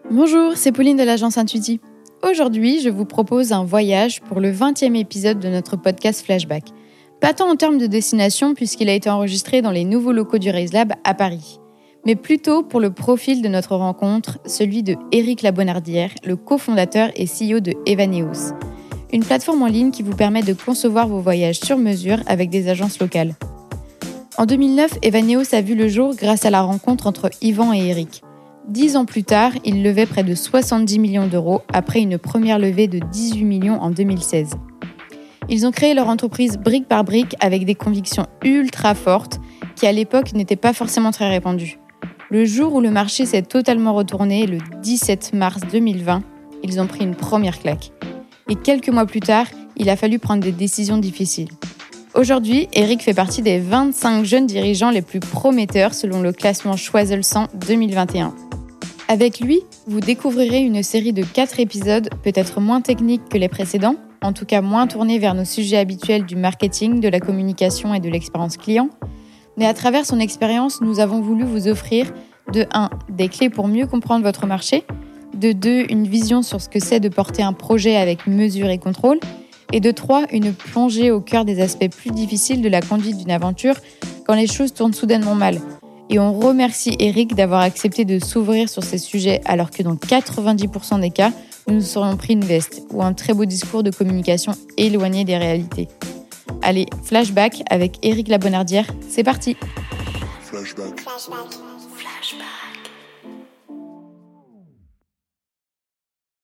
Bonjour, c'est Pauline de l'agence Intuiti. Aujourd'hui, je vous propose un voyage pour le 20e épisode de notre podcast Flashback. Pas tant en termes de destination puisqu'il a été enregistré dans les nouveaux locaux du Raise Lab à Paris, mais plutôt pour le profil de notre rencontre, celui de Éric Labonardière, le cofondateur et CEO de Evaneos, une plateforme en ligne qui vous permet de concevoir vos voyages sur mesure avec des agences locales. En 2009, Evaneos a vu le jour grâce à la rencontre entre Yvan et Éric. 10 ans plus tard, ils levaient près de 70 millions d'euros après une première levée de 18 millions en 2016. Ils ont créé leur entreprise brique par brique avec des convictions ultra fortes qui à l'époque n'étaient pas forcément très répandues. Le jour où le marché s'est totalement retourné, le 17 mars 2020, ils ont pris une première claque. Et quelques mois plus tard, il a fallu prendre des décisions difficiles. Aujourd'hui, Éric fait partie des 25 jeunes dirigeants les plus prometteurs selon le classement Choiseul 100 2021. Avec lui, vous découvrirez une série de 4 épisodes, peut-être moins techniques que les précédents, en tout cas moins tournés vers nos sujets habituels du marketing, de la communication et de l'expérience client. Mais à travers son expérience, nous avons voulu vous offrir, de 1, des clés pour mieux comprendre votre marché, de 2, une vision sur ce que c'est de porter un projet avec mesure et contrôle, et de 3, une plongée au cœur des aspects plus difficiles de la conduite d'une aventure quand les choses tournent soudainement mal. Et on remercie Éric d'avoir accepté de s'ouvrir sur ces sujets alors que dans 90% des cas, nous nous serions pris une veste ou un très beau discours de communication éloigné des réalités. Allez, flashback avec Éric Labonardière, c'est parti. Flashback.